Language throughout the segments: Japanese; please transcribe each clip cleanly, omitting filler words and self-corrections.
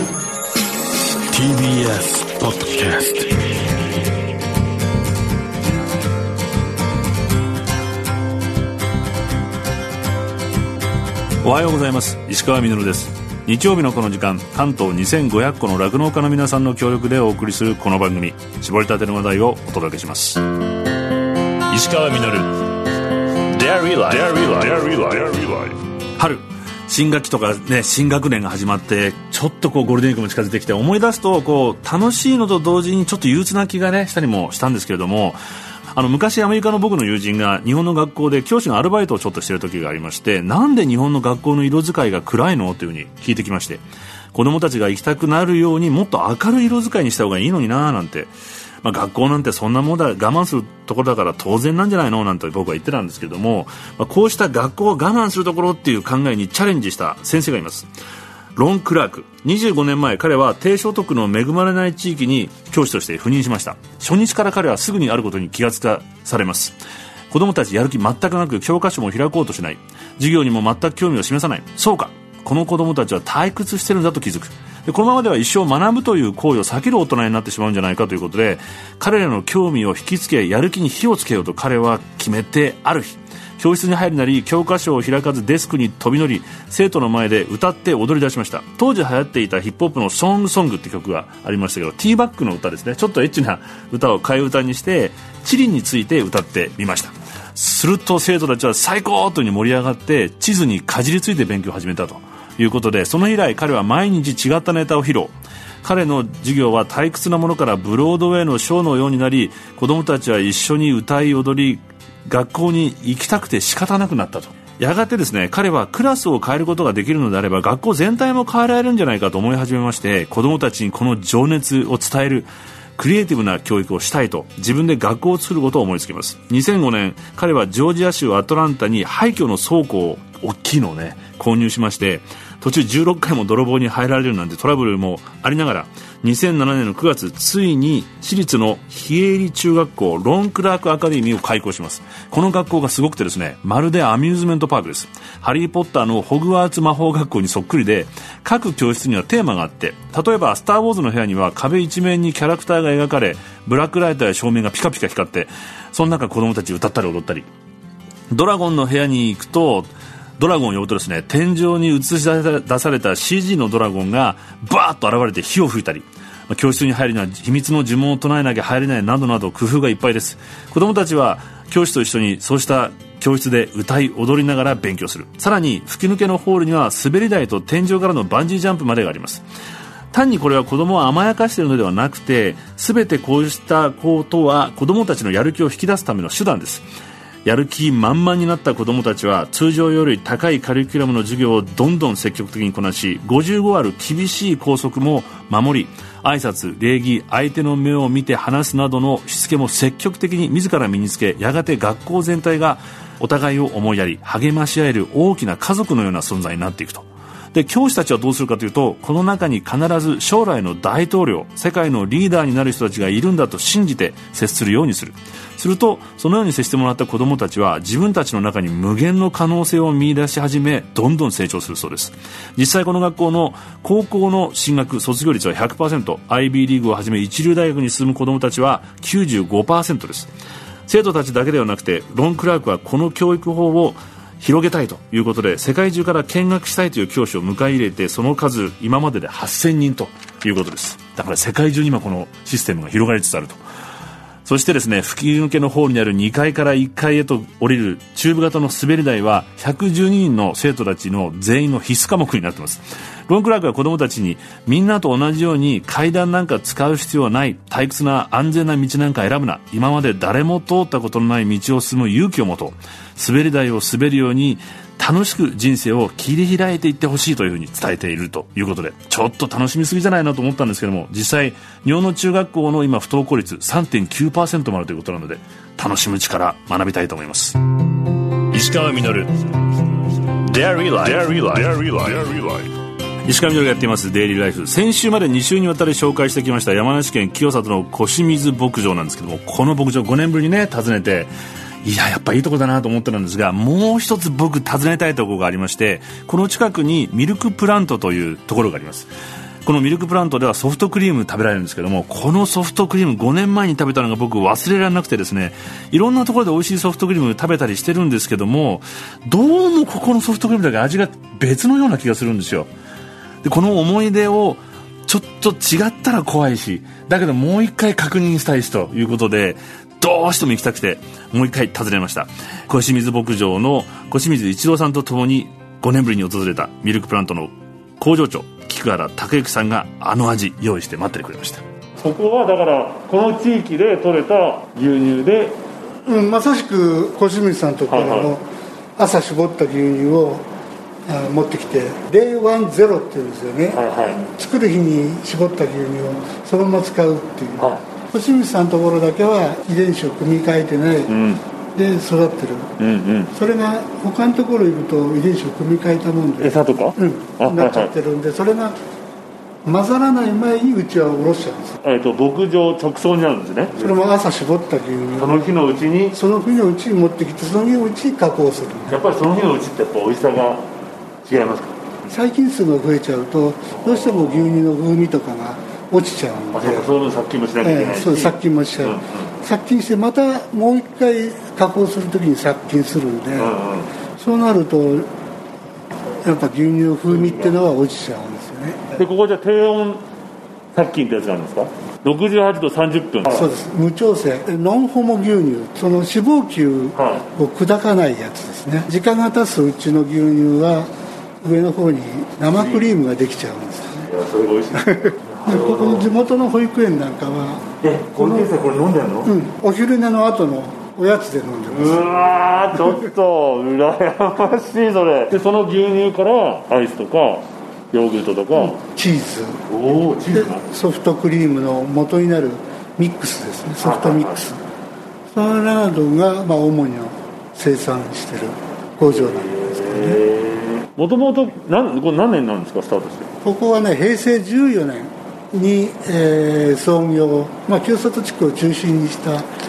TBS ポッドキャスト。おはようございます。石川みのるです。日曜日のこの時間、関東2500個の酪農家の皆さんの協力でお送りするこの番組、絞りたての話題をお届けします。石川みのる Dairy Life。 春、新学期とかね、新学年が始まって、ちょっとこうゴールデンウィークも近づいてきて、思い出すとこう楽しいのと同時にちょっと憂鬱な気がねしたりもしたんですけれども、昔アメリカの僕の友人が日本の学校で教師のアルバイトをちょっとしている時がありまして、なんで日本の学校の色使いが暗いのというふうに聞いてきまして、子供たちが行きたくなるようにもっと明るい色使いにした方がいいのにななんて、学校なんてそんなものだ、我慢するところだから当然なんじゃないのなんて僕は言ってたんですけども、こうした学校を我慢するところっていう考えにチャレンジした先生がいます。ロン・クラーク。25年前、彼は低所得の恵まれない地域に教師として赴任しました。初日から彼はすぐにあることに気がつかされます。子供たちやる気全くなく、教科書も開こうとしない、授業にも全く興味を示さない。そうか、この子供たちは退屈してるんだと気づく。でこのままでは一生学ぶという行為を避ける大人になってしまうんじゃないかということで、彼らの興味を引きつけ、やる気に火をつけようと彼は決めて、ある日教室に入るなり、教科書を開かずデスクに飛び乗り、生徒の前で歌って踊り出しました。当時流行っていたヒップホップのソングって曲がありましたけど、ティーバッグの歌ですね。ちょっとエッチな歌を替え歌にして、地理について歌ってみました。すると生徒たちは最高というふうに盛り上がって、地図にかじりついて勉強を始めたということで、その以来彼は毎日違ったネタを披露。彼の授業は退屈なものからブロードウェイのショーのようになり、子供たちは一緒に歌い踊り、学校に行きたくて仕方なくなったと。やがてですね、彼はクラスを変えることができるのであれば、学校全体も変えられるんじゃないかと思い始めまして、子供たちにこの情熱を伝えるクリエイティブな教育をしたいと、自分で学校を作ることを思いつきます。2005年、彼はジョージア州アトランタに廃墟の倉庫を大きいのをね購入しまして、途中16回も泥棒に入られるなんてトラブルもありながら、2007年の9月、ついに私立の非営利中学校ロン・クラークアカデミーを開校します。この学校がすごくてですね、まるでアミューズメントパークです。ハリーポッターのホグワーツ魔法学校にそっくりで、各教室にはテーマがあって、例えばスターウォーズの部屋には壁一面にキャラクターが描かれ、ブラックライトや照明がピカピカ光って、その中子供たち歌ったり踊ったり。ドラゴンの部屋に行くと、ドラゴンを呼ぶとですね、天井に映し出された CG のドラゴンがバーッと現れて火を吹いたり、教室に入るには秘密の呪文を唱えなきゃ入れないなどなど工夫がいっぱいです。子供たちは教師と一緒にそうした教室で歌い踊りながら勉強する。さらに吹き抜けのホールには滑り台と天井からのバンジージャンプまでがあります。単にこれは子供を甘やかしているのではなくて、全てこうしたことは子供たちのやる気を引き出すための手段です。やる気満々になった子どもたちは通常より高いカリキュラムの授業をどんどん積極的にこなし、55ある厳しい校則も守り、挨拶、礼儀、相手の目を見て話すなどのしつけも積極的に自ら身につけ、やがて学校全体がお互いを思いやり励まし合える大きな家族のような存在になっていくと。で、教師たちはどうするかというと、この中に必ず将来の大統領、世界のリーダーになる人たちがいるんだと信じて接するようにする。するとそのように接してもらった子どもたちは自分たちの中に無限の可能性を見出し始め、どんどん成長するそうです。実際この学校の高校の進学卒業率は 100%、 IB リーグをはじめ一流大学に進む子どもたちは 95% です。生徒たちだけではなくて、ロン・クラークはこの教育法を広げたいということで、世界中から見学したいという教師を迎え入れて、その数今までで8000人ということです。だから世界中に今このシステムが広がりつつあると。そしてですね、吹き抜けのホールにある2階から1階へと降りるチューブ型の滑り台は112人の生徒たちの全員の必須科目になっています。ロン・クラークは子どもたちに、みんなと同じように階段なんか使う必要はない、退屈な安全な道なんか選ぶな、今まで誰も通ったことのない道を進む勇気を持とう、滑り台を滑るように楽しく人生を切り開いていってほしいというふうに伝えているということで、ちょっと楽しみすぎじゃないなと思ったんですけども、実際日本の中学校の今不登校率 3.9% もあるということなので、楽しむ力学びたいと思います。石川みのる Dairy Life。石川みのるがやっていますデイリーライフ。先週まで2週にわたり紹介してきました山梨県清里の小清水牧場なんですけども、この牧場5年ぶりにね訪ねて、やっぱいいとこだなと思ってたんですが、もう一つ僕訪ねたいところがありまして、この近くにミルクプラントというところがあります。 このミルクプラントではソフトクリーム食べられるんですけども、このソフトクリーム5年前に食べたのが僕忘れられなくてですね、いろんなところで美味しいソフトクリーム食べたりしてるんですけども、どうもここのソフトクリームだけ味が別のような気がするんですよ。でこの思い出をちょっと違ったら怖いし、だけどもう一回確認したいしということで、どうしても行きたくてもう一回訪ねました。小清水牧場の小清水一郎さんとともに5年ぶりに訪れたミルクプラントの工場長菊原孝之さんがあの味用意して待っててくれました。 ここはだからこの地域で採れた牛乳で、 まさしく小清水さんのところの朝絞った牛乳を持ってきて010っていうんですよね、作る日に絞った牛乳をそのまま使うっていう、小清水さんのところだけは遺伝子を組み換えてない、で育ってる、それが他のところ行くと遺伝子を組み換えたもんで餌とか、 なっちゃってるんで、それが混ざらない前にうちはおろしちゃうんですよ。 牧場直送になるんですね。 それも朝絞った牛乳その日のうちに持ってきて、その日のうちに加工する。 やっぱりその日のうちってやっぱ美味しさが違いますか？ 細菌数が増えちゃうとどうしても牛乳の風味とかが落ちちゃうんで、 その殺菌もしなきゃいけないし、 そう殺菌もしちゃう、殺菌してまたもう一回加工するときに殺菌するんで、そうなるとやっぱ牛乳の風味っていうのは落ちちゃうんですよね。 でここじゃ低温殺菌ってやつなんですか？68度30分。 そうです。無調整ノンホモ牛乳、その脂肪球を砕かないやつですね。時間が経つうちの牛乳は上の方に生クリームができちゃうんですよね。 いやそれが美味しいでここの地元の保育園なんかはこのこれ飲んでんの？ お昼寝の後のおやつで飲んでます。 うわーちょっと羨ましいそれで。その牛乳からアイスとかヨーグルトとか、 チーズ、 チーズソフトクリームの元になるミックスですね、ソフトミックス、それなどが、主に生産している工場なんですけどね。 もともと何年なんですかスタートして？ ここはね平成14年に、創業、清里地区を中心にした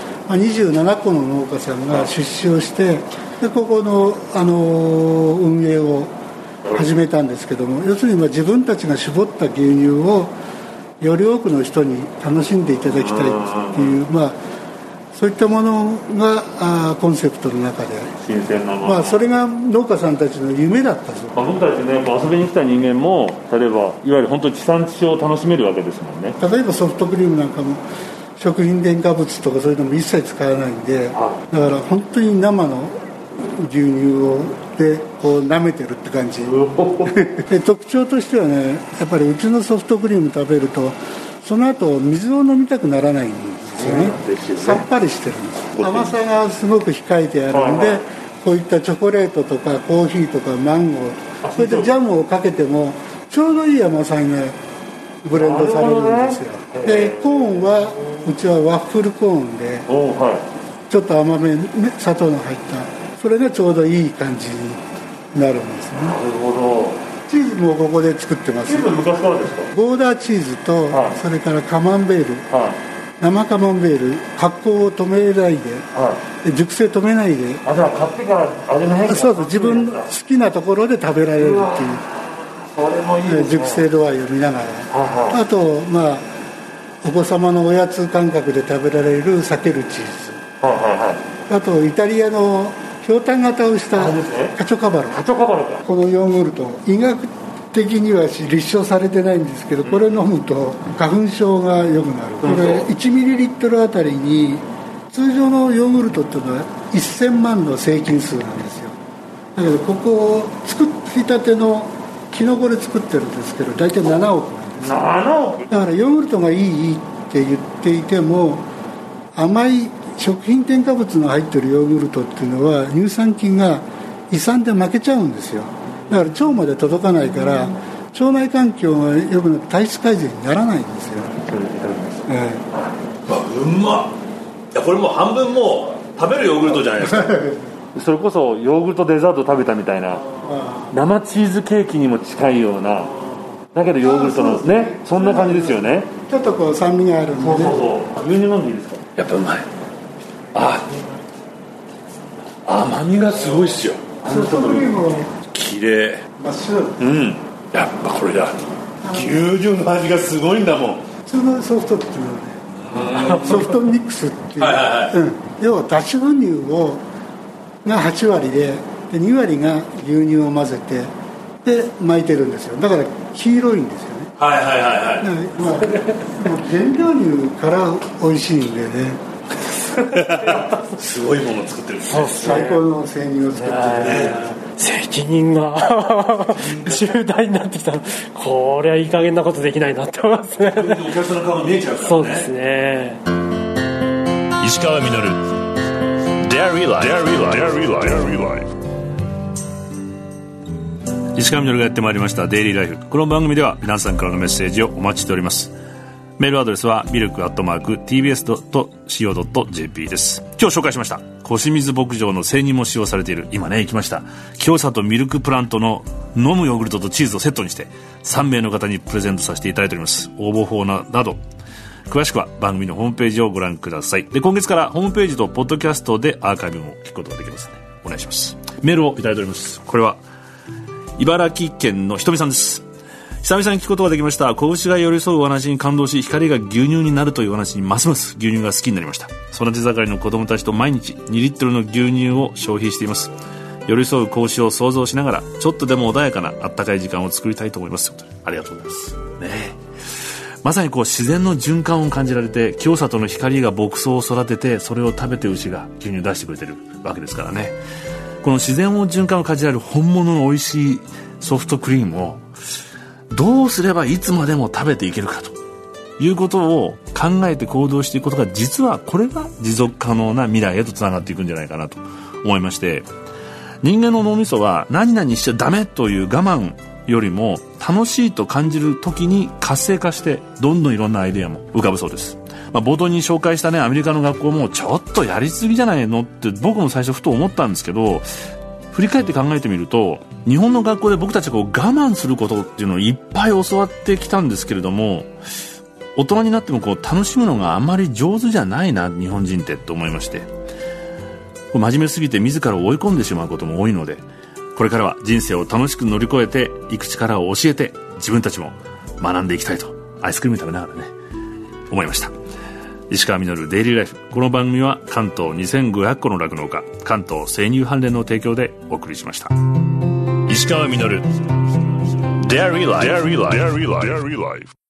、27個の農家さんが出資をして、でここの、運営を始めたんですけども、要するに自分たちが絞った牛乳をより多くの人に楽しんでいただきたいっていう、そういったものがコンセプトの中で新鮮なもの、 それが農家さんたちの夢だったそう。 僕たちね遊びに来た人間も例えばいわゆる本当に地産地消を楽しめるわけですもんね。 例えばソフトクリームなんかも食品添加物とかそういうのも一切使わないんで、だから本当に生の牛乳をでこう舐めてるって感じで、特徴としてはね、やっぱりうちのソフトクリーム食べるとその後水を飲みたくならないんですよね。さっぱりしてるんです。甘さがすごく控えてあるんで、こういったチョコレートとかコーヒーとかマンゴー、それでジャムをかけてもちょうどいい甘さにねブレンドされるんですよ。でコーンはうちはワッフルコーンで、ちょっと甘め、砂糖の入ったそれがちょうどいい感じになるんですね。 なるほど。 チーズもここで作ってます。 チーズ昔からですか？ ゴーダーチーズと、それからカマンベール、生カマンベール、発酵を止めないで、熟成止めないで、 じゃあ買ってから味の変化、 そう自分好きなところで食べられるっていう、 それもいいですね。 熟成度合いを見ながら、あとお子様のおやつ感覚で食べられる避けるチーズ、あとイタリアのひょうたん型をしたカチョカバロ、このヨーグルト医学的には立証されてないんですけど、これ飲むと花粉症が良くなる。これ1ミリリットルあたりに通常のヨーグルトっていうのは1000万の成菌数なんですよ。だけどここを作りたてのキノコで作ってるんですけど大体7億なんですよ。 7億。 だからヨーグルトがいいって言っていても甘い食品添加物の入ってるヨーグルトっていうのは乳酸菌が胃酸で負けちゃうんですよ。だから腸まで届かないから腸内環境が良くなって体質改善にならないんですよ。 うんまっ。いやこれもう半分もう食べるヨーグルトじゃないですかそれこそヨーグルトデザート食べたみたいな、生チーズケーキにも近いような、だけどヨーグルトのね、そんな感じですよね。 ちょっとこう酸味があるんで、 牛乳飲んでいいですか？ やっぱうまい。甘みがすごいっすよ。 ソフトクリームを綺麗。 真っ白、 やっぱこれだ。 牛乳の味がすごいんだもん。 普通のソフトっていうのはねソフトミックスっていう、 はいはいはい、 要は脱脂粉乳が8割で2割が牛乳を混ぜてで巻いてるんですよ。だから黄色いんですよね。 はいはいはいはいもう原料乳から美味しいんでねすごいものを作ってるんですね。最高の生乳を作ってるね。 責任が重大になってきた。これはいい加減なことできないなって思いますね。 お客さんの顔が見えちゃうからね。 そうですね。 石川稔 Dairy Life。石川稔がやってまいりましたデイリーライフ。この番組では皆さんからのメッセージをお待ちしております。メールアドレスはmilk@tbs.co.jp です。今日紹介しました腰水牧場の生乳も使用されている、今ね行きました清里ミルクプラントの飲むヨーグルトとチーズをセットにして3名の方にプレゼントさせていただいております。応募法など詳しくは番組のホームページをご覧ください。で、今月からホームページとポッドキャストでアーカイブも聞くことができますのでお願いします。メールをいただいております。これは茨城県のひとみさんです。久々に聞くことができました。子牛が寄り添うお話に感動し、光が牛乳になるというお話にますます牛乳が好きになりました。育て盛りの子供たちと毎日2リットルの牛乳を消費しています。寄り添う子牛を想像しながらちょっとでも穏やかなあったかい時間を作りたいと思います。ありがとうございますね。まさにこう自然の循環を感じられて、清里の光が牧草を育てて、それを食べて牛が牛乳を出してくれてるわけですからね。この自然の循環を感じられる本物の美味しいソフトクリームをどうすればいつまでも食べていけるかということを考えて行動していくことが、実はこれが持続可能な未来へとつながっていくんじゃないかなと思いまして、人間の脳みそは何々しちゃダメという我慢よりも楽しいと感じる時に活性化してどんどんいろんなアイデアも浮かぶそうです。冒頭に紹介したねアメリカの学校もちょっとやりすぎじゃないのって僕も最初ふと思ったんですけど、振り返って考えてみると、日本の学校で僕たちが我慢することっていうのをいっぱい教わってきたんですけれども、大人になっても楽しむのがあまり上手じゃないな日本人ってと思いまして、真面目すぎて自らを追い込んでしまうことも多いので、これからは人生を楽しく乗り越えていく力を教えて、自分たちも学んでいきたいとアイスクリーム食べながらね思いました。石川稔デイリーライフ。この番組は関東2500個の酪農家、関東生乳関連の提供でお送りしました。石川稔デイリーライフ。